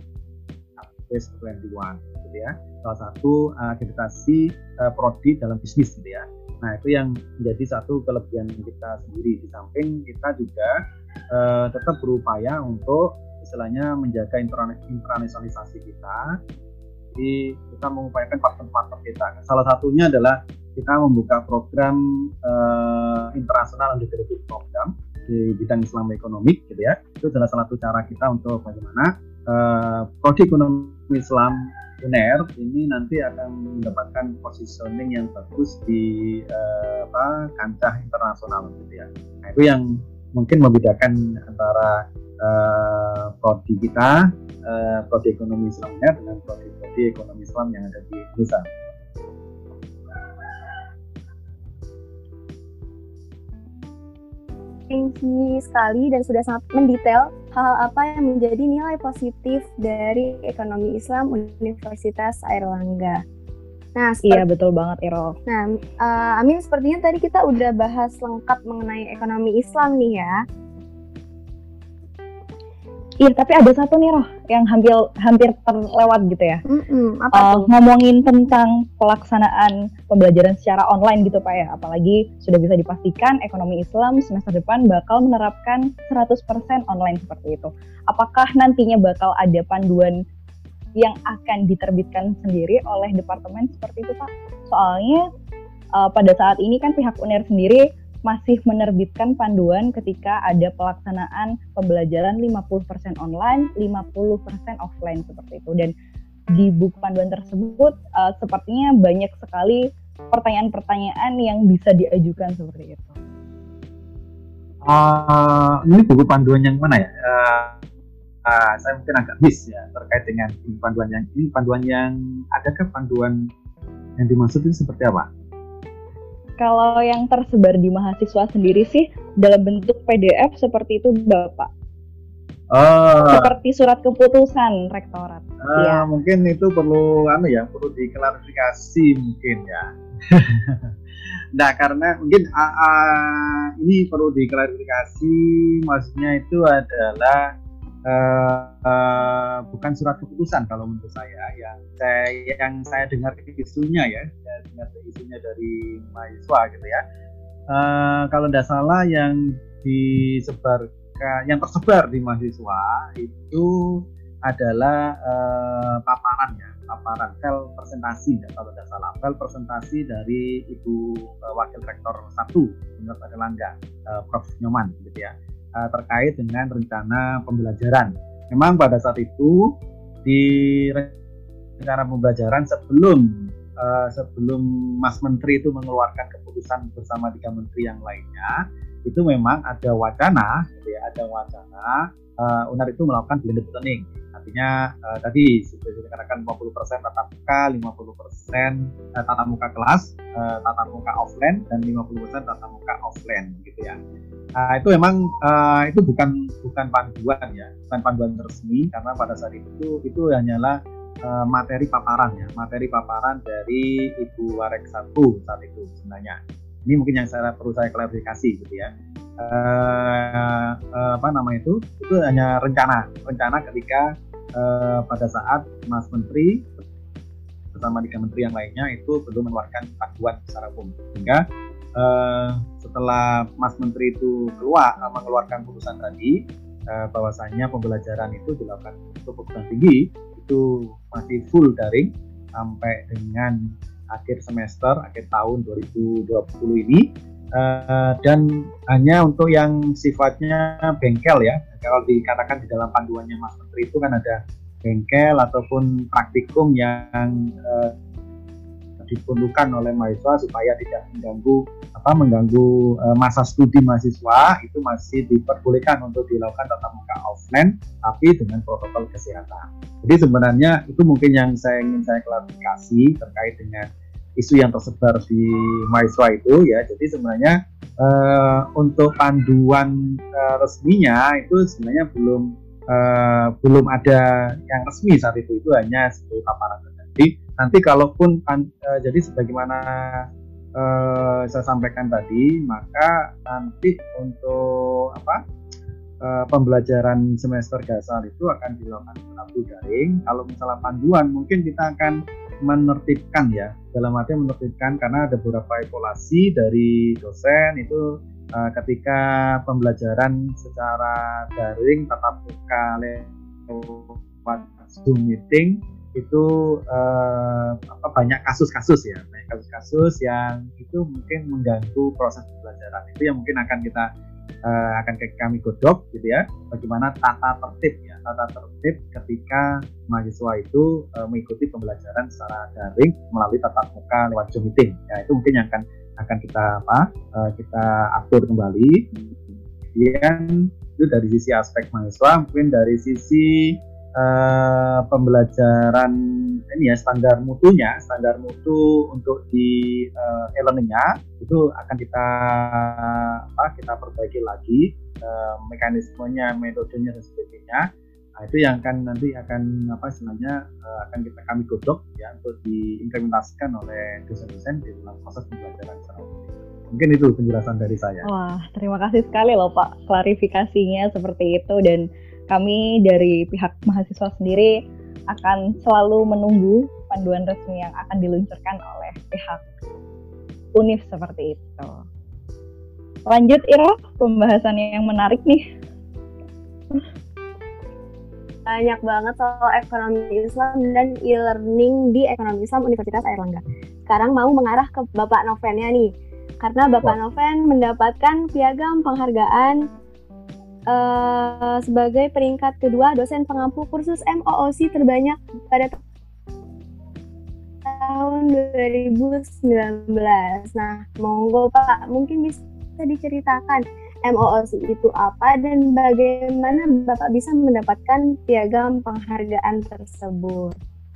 Best dua puluh satu gitu ya, salah satu uh, akreditasi uh, prodi dalam bisnis gitu ya. Nah itu yang menjadi satu kelebihan kita sendiri, di samping kita juga uh, tetap berupaya untuk istilahnya menjaga internasionalisasi kita. Jadi kita mengupayakan partner-partner kita. Salah satunya adalah kita membuka program uh, internasional undergraduate program di bidang Islam ekonomi gitu ya. Itu adalah salah satu cara kita untuk bagaimana uh, prodi ekonomi Islam U N E R ini nanti akan mendapatkan positioning yang bagus di uh, apa, kancah internasional gitu ya. Nah itu yang mungkin membedakan antara Uh, prodi kita, uh, prodi ekonomi Islam U N E R dengan prodi-prodi ekonomi Islam yang ada di Indonesia. Tinggi sekali dan sudah sangat mendetail hal apa yang menjadi nilai positif dari ekonomi Islam Universitas Airlangga. Nah, Iya, betul banget, Iro. Nah, uh, Amin, sepertinya tadi kita udah bahas lengkap mengenai ekonomi Islam nih ya. Iya, tapi ada satu nih, Roh, yang hampir hampir terlewat gitu ya. Mm-mm, apa Uh, tuh? ngomongin tentang pelaksanaan pembelajaran secara online gitu Pak ya. Apalagi sudah bisa dipastikan ekonomi Islam semester depan bakal menerapkan seratus persen online seperti itu. Apakah nantinya bakal ada panduan yang akan diterbitkan sendiri oleh departemen seperti itu Pak? Soalnya uh, pada saat ini kan pihak U N E R sendiri masih menerbitkan panduan ketika ada pelaksanaan pembelajaran lima puluh persen online, lima puluh persen offline seperti itu. Dan di buku panduan tersebut uh, sepertinya banyak sekali pertanyaan-pertanyaan yang bisa diajukan seperti itu. Uh, ini buku panduan yang mana ya? Uh, uh, saya mungkin agak miss ya terkait dengan panduan yang ini. Panduan yang adakah panduan yang dimaksud itu seperti apa? Kalau yang tersebar di mahasiswa sendiri sih dalam bentuk P D F seperti itu Bapak. Oh. Seperti surat keputusan rektorat. Uh, ya. Mungkin itu perlu anu ya, perlu diklarifikasi mungkin ya. Nah, karena mungkin uh, uh, ini perlu diklarifikasi, maksudnya itu adalah uh, uh, bukan surat keputusan kalau menurut saya. Yang saya yang saya dengar isunya ya, ya dengar isunya dari mahasiswa gitu ya. Uh, kalau tidak salah yang disebar yang tersebar di mahasiswa itu adalah uh, paparan ya, paparan file presentasi ya, kalau tidak salah, file presentasi dari Ibu uh, Wakil Rektor satu Universitas Airlangga, uh, Profesor Nyoman gitu ya, uh, terkait dengan rencana pembelajaran. Memang pada saat itu di rencana pembelajaran sebelum uh, sebelum Mas Menteri itu mengeluarkan keputusan bersama tiga menteri yang lainnya, itu memang ada wacana, gitu ya, ada wacana uh, U N E R itu melakukan blended learning. Artinya uh, tadi sudah dikatakan lima puluh persen tatap muka, lima puluh persen uh, tatap muka kelas, uh, tatap muka offline, dan lima puluh persen tatap muka offline, gitu ya. Uh, itu memang uh, itu bukan bukan panduan ya, bukan panduan resmi, karena pada saat itu itu hanyalah uh, materi paparan ya, materi paparan dari Ibu Warek satu saat itu sebenarnya. Ini mungkin yang saya perlu saya klarifikasi gitu ya. Uh, uh, apa nama itu? Itu hanya rencana, rencana ketika uh, pada saat Mas Menteri bersama tiga menteri yang lainnya itu belum mengeluarkan panduan secara umum. Sehingga uh, setelah Mas Menteri itu keluar uh, mengeluarkan putusan tadi uh, bahwasanya pembelajaran itu dilakukan untuk perguruan tinggi itu masih full daring sampai dengan akhir semester, akhir tahun dua ribu dua puluh ini, uh, dan hanya untuk yang sifatnya bengkel ya. Kalau dikatakan di dalam panduannya Mas Menteri itu kan ada bengkel ataupun praktikum yang uh, diperlukan oleh mahasiswa supaya tidak mengganggu apa mengganggu uh, masa studi mahasiswa, itu masih diperbolehkan untuk dilakukan tatap muka offline tapi dengan protokol kesehatan. Jadi sebenarnya itu mungkin yang saya ingin saya klarifikasi terkait dengan isu yang tersebar di mahasiswa itu ya. Jadi sebenarnya uh, untuk panduan uh, resminya itu sebenarnya belum uh, belum ada yang resmi saat itu, itu hanya sebagai paparan. Jadi nanti kalaupun uh, jadi sebagaimana uh, saya sampaikan tadi, maka nanti untuk apa uh, pembelajaran semester dasar itu akan dilakukan melalui daring. Kalau misalnya panduan mungkin kita akan menertibkan ya, dalam arti menertibkan karena ada beberapa evaluasi dari dosen itu uh, ketika pembelajaran secara daring tatap muka lewat Zoom meeting itu uh, apa, banyak kasus-kasus ya, banyak kasus-kasus yang itu mungkin mengganggu proses pembelajaran. Itu yang mungkin akan kita uh, akan kami godok gitu ya, bagaimana tata tertib ya, tata tertib ketika mahasiswa itu uh, mengikuti pembelajaran secara daring melalui tatap muka lewat Zoom meeting. Ya, itu mungkin yang akan akan kita apa uh, kita atur kembali. Kemudian itu dari sisi aspek mahasiswa, mungkin dari sisi uh, pembelajaran ini ya, standar mutunya, standar mutu untuk di uh, e-learningnya itu akan kita apa kita perbaiki lagi uh, mekanismenya, metodenya dan sebagainya, Nah, itu yang akan nanti akan apa istilahnya uh, akan kita kami godok ya untuk diimplementasikan oleh dosen-dosen di dalam proses pembelajaran secara online. Mungkin itu penjelasan dari saya. Wah, terima kasih sekali loh Pak klarifikasinya seperti itu, dan kami dari pihak mahasiswa sendiri akan selalu menunggu panduan resmi yang akan diluncurkan oleh pihak U N I F seperti itu. Lanjut Ira, pembahasannya yang menarik nih. Banyak banget soal ekonomi Islam dan e-learning di ekonomi Islam Universitas Airlangga. Sekarang mau mengarah ke Bapak Novennya nih, karena Bapak oh. Noven mendapatkan piagam penghargaan uh, sebagai peringkat kedua dosen pengampu kursus M O O C terbanyak pada tahun dua ribu sembilan belas. Nah, monggo Pak, mungkin bisa diceritakan M O O C itu apa dan bagaimana Bapak bisa mendapatkan piagam penghargaan tersebut?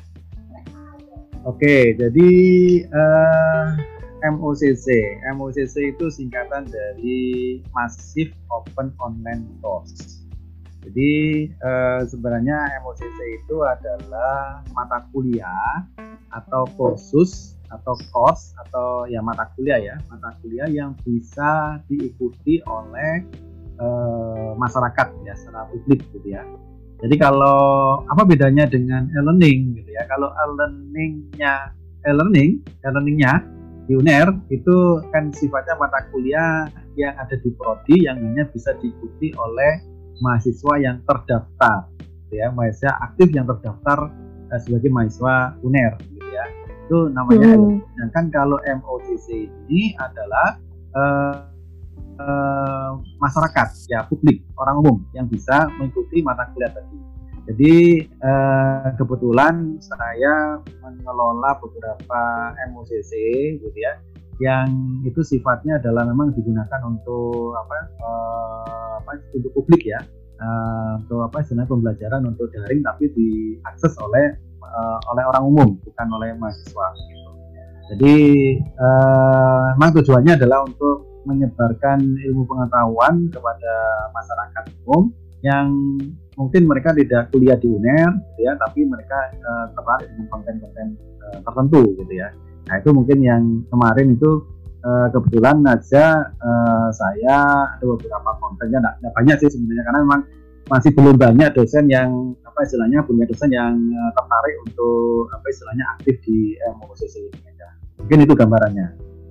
Oke, jadi uh, M O C C. M O C C itu singkatan dari Massive Open Online Course. Jadi uh, sebenarnya M O C C itu adalah mata kuliah atau kursus atau course atau ya mata kuliah ya mata kuliah yang bisa diikuti oleh uh, masyarakat ya secara publik gitu ya. Jadi kalau apa bedanya dengan e-learning gitu ya? Kalau e-learningnya e-learning e-learningnya di U N E R itu kan sifatnya mata kuliah yang ada di prodi yang hanya bisa diikuti oleh mahasiswa yang terdaftar gitu ya, mahasiswa aktif yang terdaftar uh, sebagai mahasiswa U N E R gitu ya. Itu namanya hmm. Sedangkan kalau M O C C ini adalah uh, uh, masyarakat ya, publik, orang umum yang bisa mengikuti mata kuliah tadi. Jadi uh, kebetulan saya mengelola beberapa M O C C gitu ya, yang itu sifatnya adalah memang digunakan untuk apa, uh, apa untuk publik ya, uh, untuk apa istilahnya pembelajaran untuk daring tapi diakses oleh Uh, oleh orang umum, bukan oleh mahasiswa gitu. Jadi uh, memang tujuannya adalah untuk menyebarkan ilmu pengetahuan kepada masyarakat umum yang mungkin mereka tidak kuliah di U N E R gitu ya, tapi mereka uh, tertarik dengan konten-konten uh, tertentu gitu ya. Nah itu mungkin yang kemarin itu uh, kebetulan aja uh, saya ada beberapa kontennya, nggak banyak sih sebenarnya karena memang masih belum banyak dosen yang apa istilahnya punya dosen yang uh, tertarik untuk apa istilahnya aktif di M O C C ini ya. Mungkin itu gambarannya.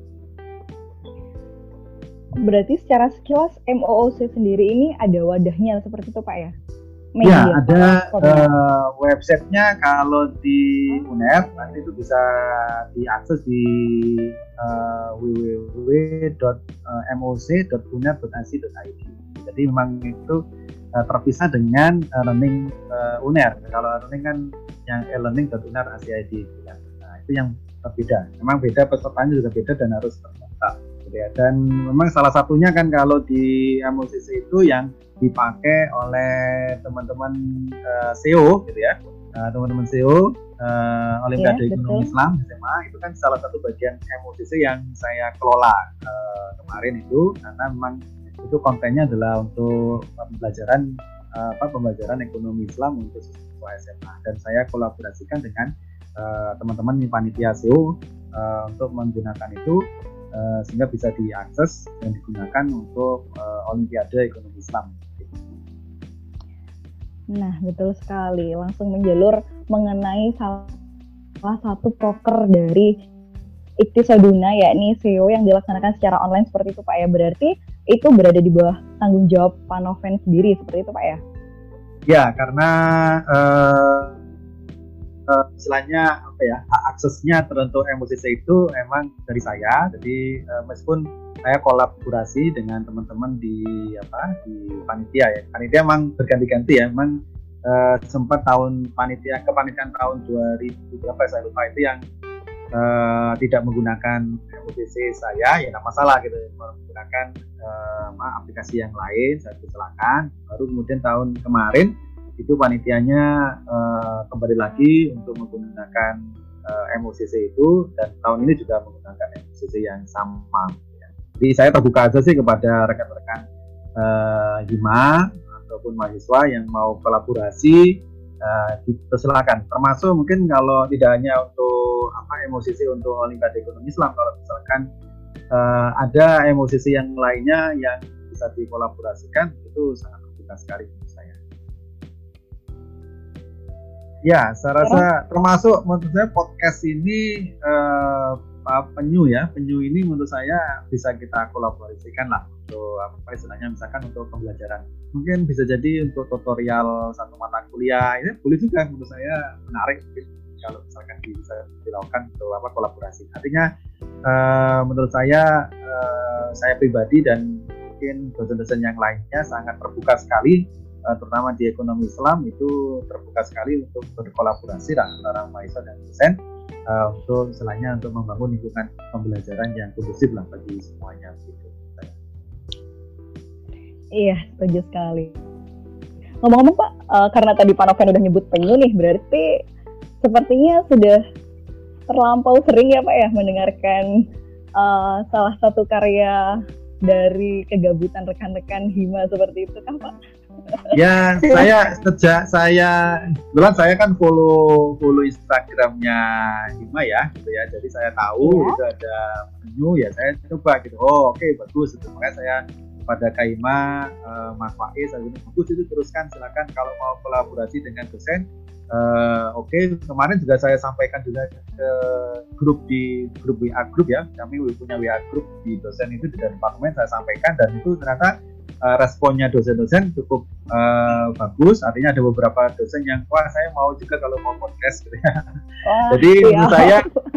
Berarti secara sekilas M O O C sendiri ini ada wadahnya seperti itu Pak ya? Media, ya ada uh, websitenya kalau di U N E R nanti itu bisa diakses di uh, w w w dot m o c dot u n e r dot a c dot i d. Jadi memang itu uh, terpisah dengan uh, learning uh, U N E R. Kalau learning kan yang e-learning dot u n e r dot a c dot i d. Nah, itu yang berbeda. Memang beda, pesertanya juga beda dan harus terdaftar. Ya. Dan memang salah satunya kan kalau di M O C C itu yang dipakai oleh teman-teman uh, S E O gitu ya, uh, teman-teman S E O uh, Olimpiade ya, Ekonomi Islam S M A itu kan salah satu bagian M O C C yang saya kelola uh, kemarin itu, karena memang itu kontennya adalah untuk pembelajaran uh, apa pembelajaran ekonomi Islam untuk siswa S M A, dan saya kolaborasikan dengan uh, teman-teman di panitia S E O uh, untuk menggunakan itu. Uh, sehingga bisa diakses dan digunakan untuk uh, Olimpiade Ekonomi Islam. Nah, betul sekali. Langsung menjalur mengenai salah satu proker dari Iktisaduna, yakni S E O yang dilaksanakan secara online seperti itu Pak ya. Berarti itu berada di bawah tanggung jawab Pak Noven sendiri seperti itu Pak ya? Ya, karena uh, Uh, istilahnya apa ya, aksesnya teruntuk M O C C itu emang dari saya. Jadi uh, meskipun saya kolaborasi dengan teman-teman di apa di panitia ya, panitia emang berganti-ganti ya, emang uh, sempat tahun panitia kepanitiaan tahun dua ribu berapa saya lupa itu yang uh, tidak menggunakan M O C C saya, ya nggak masalah gitu, menggunakan uh, apa, aplikasi yang lain, saya silakan. Baru kemudian tahun kemarin itu panitianya uh, kembali lagi untuk menggunakan uh, M O C C itu, dan tahun ini juga menggunakan M O C C yang sama ya. Jadi saya terbuka aja sih kepada rekan-rekan uh, Hima atau ataupun mahasiswa yang mau kolaborasi, uh, dipersilakan. Termasuk mungkin kalau tidak hanya untuk apa M O C C untuk Olimpiade Ekonomi Islam, kalau misalkan uh, ada M O C C yang lainnya yang bisa dikolaborasikan, itu sangat terbuka sekali menurut saya. Ya, saya rasa termasuk menurut saya podcast ini uh, penyu ya, penyu ini menurut saya bisa kita kolaborasikan lah untuk apa istilahnya, misalkan untuk pembelajaran. Mungkin bisa jadi untuk tutorial satu mata kuliah, ini boleh juga menurut saya menarik mungkin kalau misalkan bisa dilakukan untuk apa kolaborasi. Artinya uh, menurut saya uh, saya pribadi dan mungkin dosen-dosen yang lainnya sangat terbuka sekali, uh, terutama di ekonomi Islam itu terbuka sekali untuk berkolaborasi lah antara mahasiswa dan dosen. Uh, untuk selainnya untuk membangun lingkungan pembelajaran yang kondusif lah bagi semuanya gitu. Iya, setuju sekali. Ngomong-ngomong Pak, uh, karena tadi Pak Noven udah nyebut penyu nih, berarti sepertinya sudah terlampau sering ya Pak ya mendengarkan uh, salah satu karya dari kegabutan rekan-rekan Hima seperti itu kan Pak? Ya, saya sejak saya kebetulan saya kan follow follow Instagramnya Hima ya, gitu ya. Jadi saya tahu ya, itu ada penyu ya, saya coba gitu. Oh, oke okay, bagus. Itu makanya saya pada Kak Hima, uh, Mas Faiz, saya bilang bagus itu teruskan, silakan kalau mau kolaborasi dengan dosen. Uh, oke, okay. Kemarin juga saya sampaikan juga ke grup di grup W A grup ya. Kami punya W A grup di dosen itu di departemen, saya sampaikan dan itu ternyata Uh, responnya dosen-dosen cukup uh, bagus. Artinya ada beberapa dosen yang wah saya mau juga kalau mau podcast gitu ya. Oh, jadi iya. Menurut saya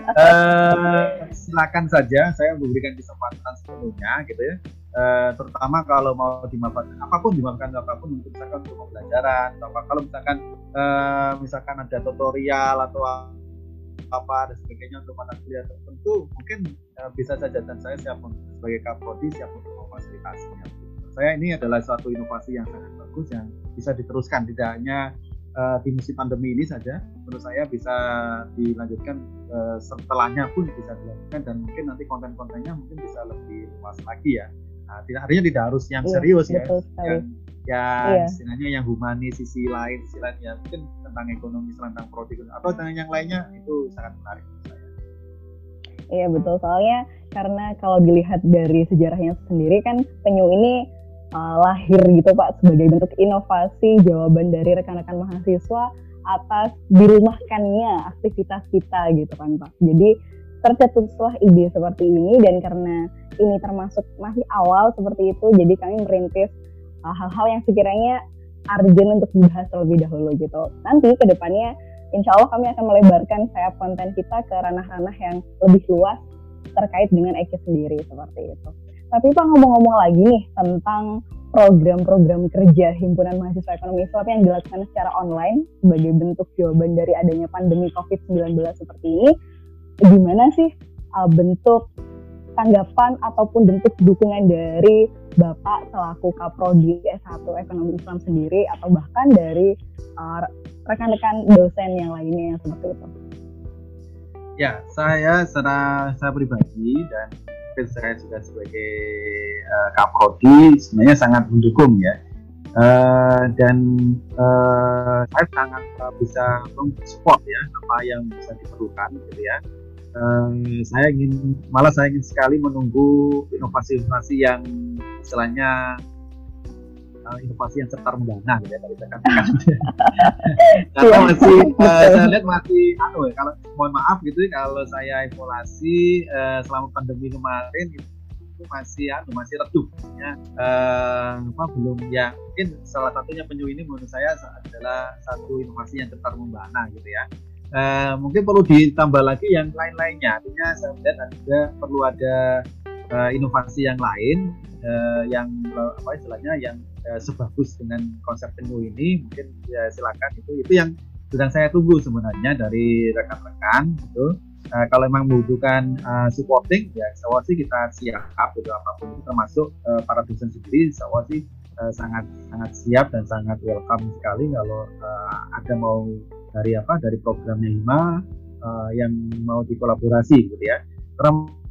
uh, silakan saja, saya memberikan kesempatan sepenuhnya gitu ya. Uh, terutama kalau mau dimanfaatkan apapun, dimanfaatkan apapun untuk misalkan untuk pembelajaran atau apa. Kalau misalkan uh, misalkan ada tutorial atau apa dan sebagainya untuk mata kuliah tertentu, mungkin uh, bisa saja dan saya siap sebagai Kaprodi siap untuk memfasilitasinya. Saya ini adalah suatu inovasi yang sangat bagus yang bisa diteruskan, tidak hanya uh, di musim pandemi ini saja. Menurut saya bisa dilanjutkan uh, setelahnya pun bisa dilakukan dan mungkin nanti konten-kontennya mungkin bisa lebih luas lagi ya. Nah, tidak artinya tidak harus yang serius iya, ya, yang yang iya. istilahnya yang humanis, sisi lain, sisi lain ya mungkin tentang ekonomi, tentang prodi atau tentang yang lainnya itu sangat menarik menurut saya. Iya betul, soalnya karena kalau dilihat dari sejarahnya sendiri kan penyu ini Uh, lahir gitu Pak sebagai bentuk inovasi jawaban dari rekan-rekan mahasiswa atas dirumahkannya aktivitas kita gitu kan Pak. Jadi tercetuslah ide seperti ini dan karena ini termasuk masih awal seperti itu, jadi kami merintis uh, hal-hal yang sekiranya urgent untuk dibahas terlebih dahulu gitu. Nanti ke depannya insya Allah kami akan melebarkan sayap konten kita ke ranah-ranah yang lebih luas terkait dengan E K I sendiri seperti itu. Tapi Pak ngomong-ngomong lagi nih tentang program-program kerja Himpunan Mahasiswa Ekonomi Islam yang dilakukan secara online sebagai bentuk jawaban dari adanya pandemi covid sembilan belas seperti ini, gimana sih uh, bentuk tanggapan ataupun bentuk dukungan dari Bapak selaku Kaprodi S satu Ekonomi Islam sendiri atau bahkan dari uh, rekan-rekan dosen yang lainnya yang seperti itu? Ya, saya secara saya pribadi dan saya juga sebagai uh, Kaprodi sebenarnya sangat mendukung ya, uh, dan uh, saya sangat uh, bisa mensupport ya apa yang bisa diperlukan gitu ya. Uh, saya ingin malah saya ingin sekali menunggu inovasi-inovasi yang istilahnya uh, inovasi yang setar mendana gitu ya tadi saya katakan. Karena masih uh, saya lihat masih anu ya, kalau mohon maaf gitu ya, kalau saya evaluasi uh, selama pandemi kemarin itu masih anu masih redup ya, uh, apa belum ya, mungkin salah satunya penyu ini menurut saya adalah satu inovasi yang setar mendana gitu ya. Uh, mungkin perlu ditambah lagi yang lain-lainnya, artinya saya melihat ada perlu ada uh, inovasi yang lain uh, yang apa istilahnya yang uh, sebagus dengan konsep penyu ini. Mungkin ya silakan, itu itu yang sedang saya tunggu sebenarnya dari rekan-rekan gitu. Uh, kalau memang membutuhkan uh, supporting ya insya sih kita siap gitu, apapun itu termasuk uh, para dosen sendiri insya sih uh, sangat sangat siap dan sangat welcome sekali kalau uh, ada mau dari apa dari programnya Hima uh, yang mau dikolaborasi gitu ya. Karena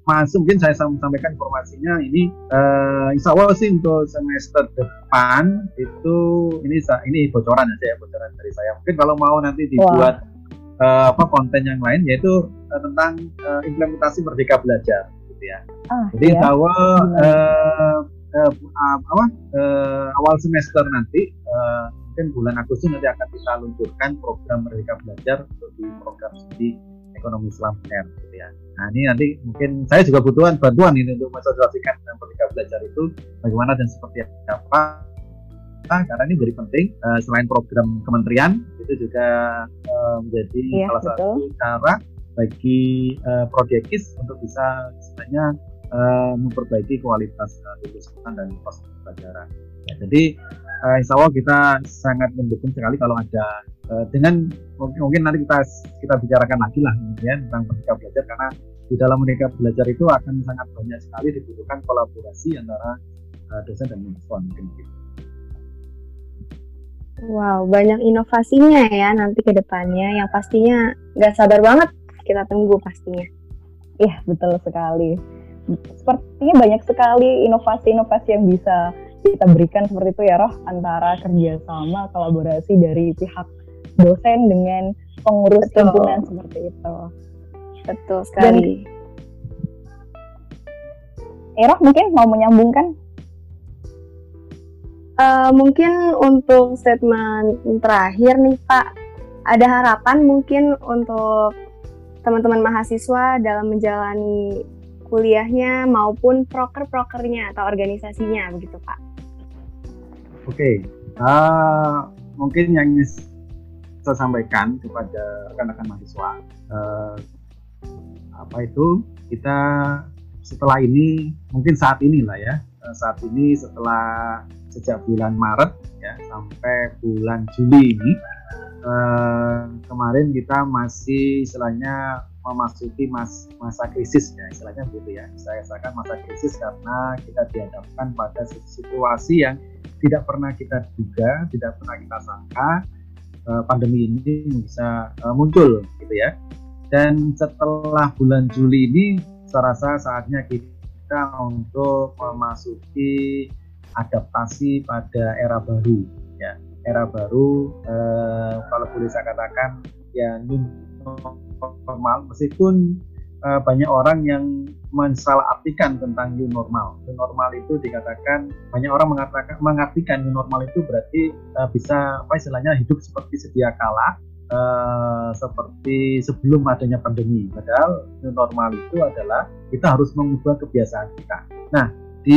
masuk, mungkin saya sampaikan informasinya ini uh, insya Allah sih untuk semester depan itu ini ini bocoran aja ya, bocoran dari saya. Mungkin kalau mau nanti dibuat uh, apa konten yang lain yaitu uh, tentang uh, implementasi Merdeka Belajar gitu ya. Ah, jadi insya Allah uh, uh, uh, apa, uh, awal semester nanti uh, mungkin bulan Agustus nanti akan kita luncurkan program Merdeka Belajar untuk di program studi ekonomi Islam gitu ya. Nah ini nanti mungkin saya juga butuhan bantuan ini untuk mensosialisasikan Merdeka Belajar itu bagaimana dan seperti apa. Nah, karena ini menjadi penting uh, selain program kementerian itu juga uh, menjadi iya, salah betul. satu cara bagi uh, Prodekis untuk bisa istilahnya uh, memperbaiki kualitas uh, lulusan dan proses pembelajaran. Ya, jadi uh, insya Allah kita sangat mendukung sekali kalau ada uh, dengan mungkin, mungkin nanti kita kita bicarakan lagi lah ya, tentang Merdeka Belajar, karena di dalam Merdeka Belajar itu akan sangat banyak sekali dibutuhkan kolaborasi antara uh, dosen dan mahasiswa mungkin gitu. Wow, banyak inovasinya ya nanti ke depannya yang pastinya nggak sabar banget kita tunggu pastinya. Iya, betul sekali. Sepertinya banyak sekali inovasi-inovasi yang bisa kita berikan seperti itu ya Roh, antara kerjasama, kolaborasi dari pihak dosen dengan pengurus himpunan seperti itu. Betul sekali. Dan, eh, Roh mungkin mau menyambungkan? Uh, mungkin untuk statement terakhir nih Pak, ada harapan mungkin untuk teman-teman mahasiswa dalam menjalani kuliahnya maupun proker-prokernya atau organisasinya begitu Pak. Oke, okay. uh, mungkin yang ingin saya sampaikan kepada rekan-rekan mahasiswa, uh, apa itu kita setelah ini, mungkin saat ini lah ya, uh, saat ini setelah sejak bulan Maret ya sampai bulan Juli ini uh, kemarin kita masih istilahnya memasuki mas, masa krisis ya, istilahnya begitu ya. Saya katakan masa krisis karena kita dihadapkan pada situasi yang tidak pernah kita duga, tidak pernah kita sangka uh, pandemi ini bisa uh, muncul gitu ya. Dan setelah bulan Juli ini saya rasa saatnya kita untuk memasuki adaptasi pada era baru ya, era baru eh, kalau boleh saya katakan ya new normal, meskipun eh, banyak orang yang mensalahartikan tentang new normal. New normal itu dikatakan, banyak orang mengatakan mengartikan new normal itu berarti eh, bisa apa istilahnya hidup seperti sedia kala, eh, seperti sebelum adanya pandemi. Padahal new normal itu adalah kita harus mengubah kebiasaan kita. Nah,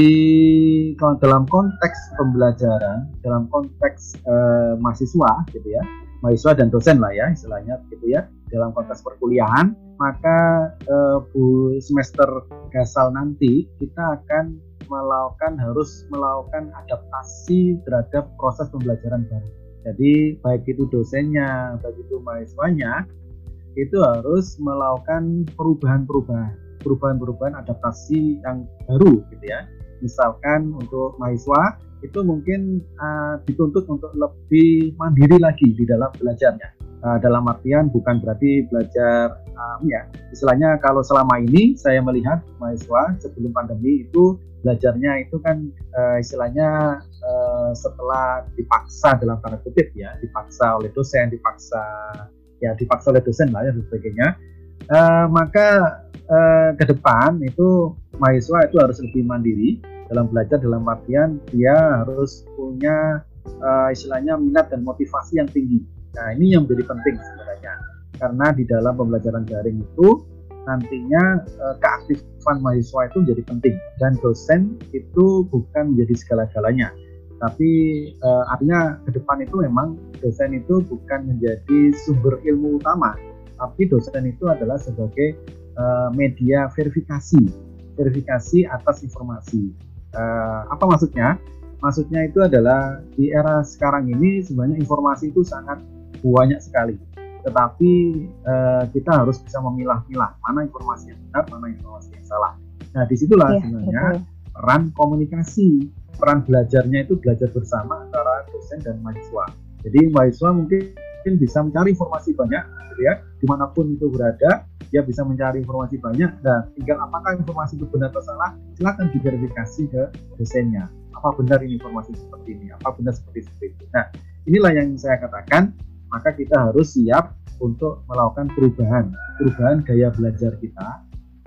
di dalam konteks pembelajaran, dalam konteks eh, mahasiswa gitu ya, mahasiswa dan dosen lah ya istilahnya gitu ya, dalam konteks perkuliahan, maka eh, bu semester gasal nanti kita akan melakukan harus melakukan adaptasi terhadap proses pembelajaran baru. Jadi baik itu dosennya, baik itu mahasiswanya, itu harus melakukan perubahan-perubahan, perubahan-perubahan adaptasi yang baru gitu ya. Misalkan untuk mahasiswa itu mungkin uh, dituntut untuk lebih mandiri lagi di dalam belajarnya. Uh, dalam artian bukan berarti belajar um, ya istilahnya kalau selama ini saya melihat mahasiswa sebelum pandemi itu belajarnya itu kan uh, istilahnya uh, setelah dipaksa dalam tanda kutip ya, dipaksa oleh dosen, dipaksa ya dipaksa oleh dosen lah ya dan sebagainya. Uh, maka uh, ke depan itu mahasiswa itu harus lebih mandiri dalam belajar, dalam artian dia harus punya uh, istilahnya minat dan motivasi yang tinggi. Nah ini yang menjadi penting sebenarnya, karena di dalam pembelajaran daring itu nantinya uh, keaktifan mahasiswa itu menjadi penting, dan dosen itu bukan menjadi segala-galanya. Tapi uh, artinya ke depan itu memang dosen itu bukan menjadi sumber ilmu utama, tapi dosen itu adalah sebagai uh, media verifikasi, verifikasi atas informasi. Uh, apa maksudnya? Maksudnya itu adalah di era sekarang ini sebenarnya informasi itu sangat banyak sekali, tetapi uh, kita harus bisa memilah-milah mana informasi yang benar, mana informasi yang salah. Nah disitulah ya, sebenarnya betul. Peran komunikasi, peran belajarnya itu belajar bersama antara dosen dan mahasiswa. Jadi mahasiswa mungkin bisa mencari informasi banyak, gitu ya, dimanapun itu berada, dia bisa mencari informasi banyak, dan tinggal apakah informasi itu benar atau salah, silakan diverifikasi ke dosennya. Apa benar ini informasi seperti ini? Apa benar seperti itu? Nah, inilah yang saya katakan, maka kita harus siap untuk melakukan perubahan, perubahan gaya belajar kita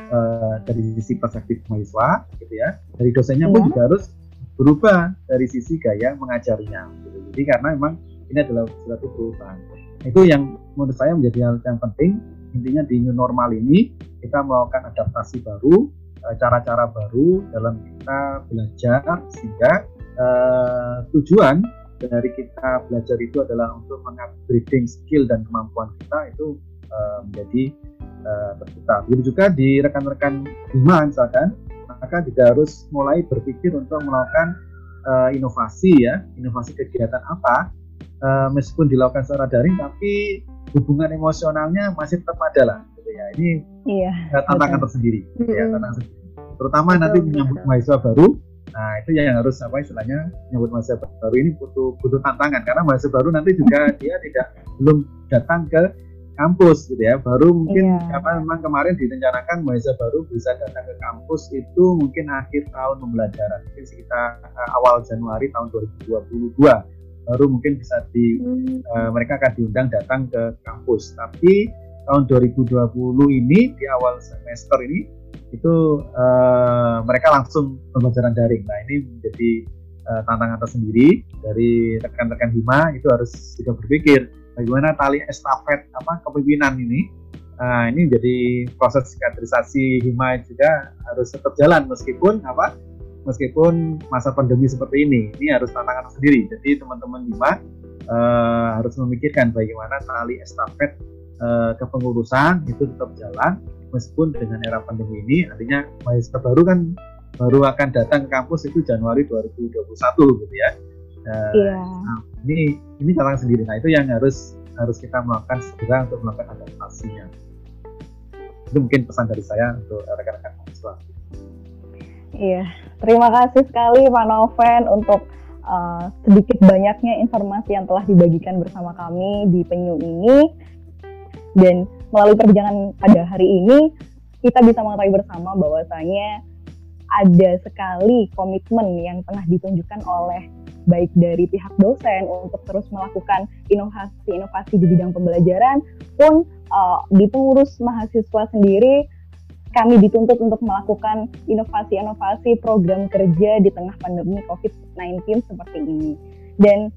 uh, dari sisi perspektif mahasiswa, gitu ya. Dari dosennya pun yeah. juga harus berubah dari sisi gaya mengajarnya. Gitu. Jadi karena memang ini adalah suatu perubahan. Itu yang menurut saya menjadi hal yang penting. Intinya di new normal ini kita melakukan adaptasi baru, cara-cara baru dalam kita belajar, sehingga uh, tujuan dari kita belajar itu adalah untuk mengupgrading skill dan kemampuan kita itu uh, menjadi uh, tercipta. Begitu juga di rekan-rekan Hima misalkan, maka juga harus mulai berpikir untuk melakukan uh, inovasi ya, inovasi kegiatan apa, uh, meskipun dilakukan secara daring, tapi hubungan emosionalnya masih tetap ada lah, gitu ya. Ini iya, tantangan tersendiri, mm-hmm. ya tantangan tersendiri. Terutama betul, nanti menyambut betul. mahasiswa baru, nah itu yang harus apa istilahnya menyambut mahasiswa baru ini butuh butuh tantangan, karena mahasiswa baru nanti juga dia tidak belum datang ke kampus, gitu ya. Baru mungkin yeah. apa memang kemarin direncanakan mahasiswa baru bisa datang ke kampus itu mungkin akhir tahun pembelajaran, mungkin sekitar uh, awal Januari tahun dua ribu dua puluh dua. Baru mungkin bisa di hmm. uh, mereka akan diundang datang ke kampus. Tapi tahun dua ribu dua puluh ini di awal semester ini itu uh, mereka langsung pembelajaran daring. Nah ini menjadi uh, tantangan tersendiri dari rekan-rekan Hima, itu harus juga berpikir bagaimana tali estafet apa kepemimpinan ini. Nah ini jadi proses kaderisasi Hima juga harus tetap jalan meskipun apa meskipun masa pandemi seperti ini, ini harus tantangan sendiri. Jadi teman-teman Hima uh, harus memikirkan bagaimana tali estafet uh, kepengurusan itu tetap jalan meskipun dengan era pandemi ini. Artinya mahasiswa baru kan baru akan datang ke kampus itu Januari dua ribu dua puluh satu, gitu ya. Uh, yeah. Nah, ini ini tantangan sendiri. Nah itu yang harus harus kita melakukan segera untuk melakukan adaptasinya. Itu mungkin pesan dari saya untuk rekan-rekan mahasiswa. Iya, terima kasih sekali Pak Noven untuk uh, sedikit banyaknya informasi yang telah dibagikan bersama kami di Penyu ini. Dan melalui perbincangan pada hari ini, kita bisa mengetahui bersama bahwasanya ada sekali komitmen yang tengah ditunjukkan oleh baik dari pihak dosen untuk terus melakukan inovasi-inovasi di bidang pembelajaran, pun uh, di pengurus mahasiswa sendiri kami dituntut untuk melakukan inovasi-inovasi program kerja di tengah pandemi covid sembilan belas seperti ini. Dan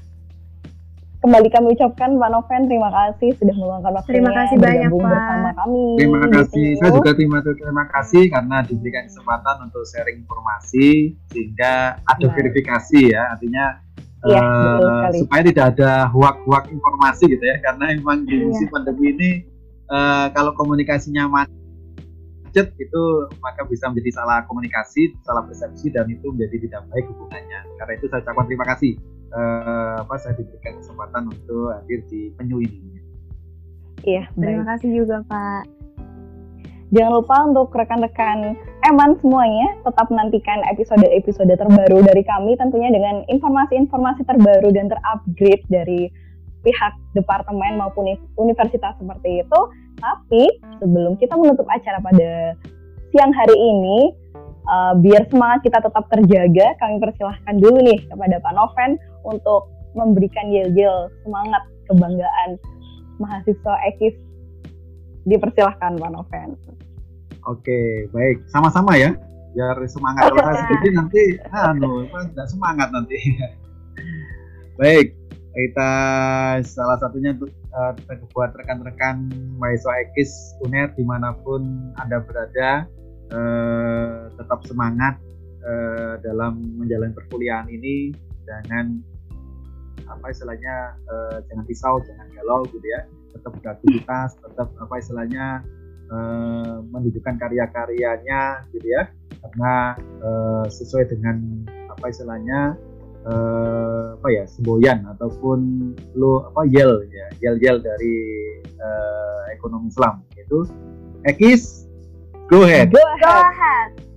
kembali kami ucapkan Pak Noven, terima kasih sudah meluangkan waktunya terima kasih banyak, bergabung Pak. bersama kami. Terima kasih, saya juga terima, terima kasih karena diberikan kesempatan untuk sharing informasi sehingga ada nah. verifikasi ya, artinya ya, uh, supaya tidak ada huak-huak informasi gitu ya, karena memang di musim ya. pandemi ini uh, kalau komunikasinya macet itu maka bisa menjadi salah komunikasi, salah persepsi, dan itu menjadi tidak baik hubungannya. Karena itu saya ucapkan terima kasih uh, apa saya diberikan kesempatan untuk hadir di Penyu ini. Iya, terima kasih juga Pak. Jangan lupa untuk rekan-rekan Eman semuanya tetap menantikan episode-episode terbaru dari kami, tentunya dengan informasi-informasi terbaru dan terupgrade dari pihak departemen maupun universitas seperti itu. Tapi sebelum kita menutup acara pada siang hari ini, uh, biar semangat kita tetap terjaga, kami persilahkan dulu nih kepada Pak Noven untuk memberikan yel-yel semangat kebanggaan mahasiswa Ekis. Dipersilahkan Pak Noven. Oke, baik. Sama-sama ya, biar semangat. Kalau saya sendiri nanti, anu, tidak semangat nanti. Baik. Kita salah satunya untuk uh, buat rekan-rekan mahasiswa Ekis U N E R dimanapun Anda berada, uh, tetap semangat uh, dalam menjalani perkuliahan ini. Jangan apa istilahnya uh, jangan risau, jangan galau gitu ya. Tetap beraktivitas, tetap apa istilahnya uh, menunjukkan karya-karyanya gitu ya. Karena uh, sesuai dengan apa istilahnya Uh, apa ya semboyan ataupun lo apa yel ya yel-yel dari uh, ekonomi Islam, yaitu Ekis go ahead. Go ahead. Go ahead.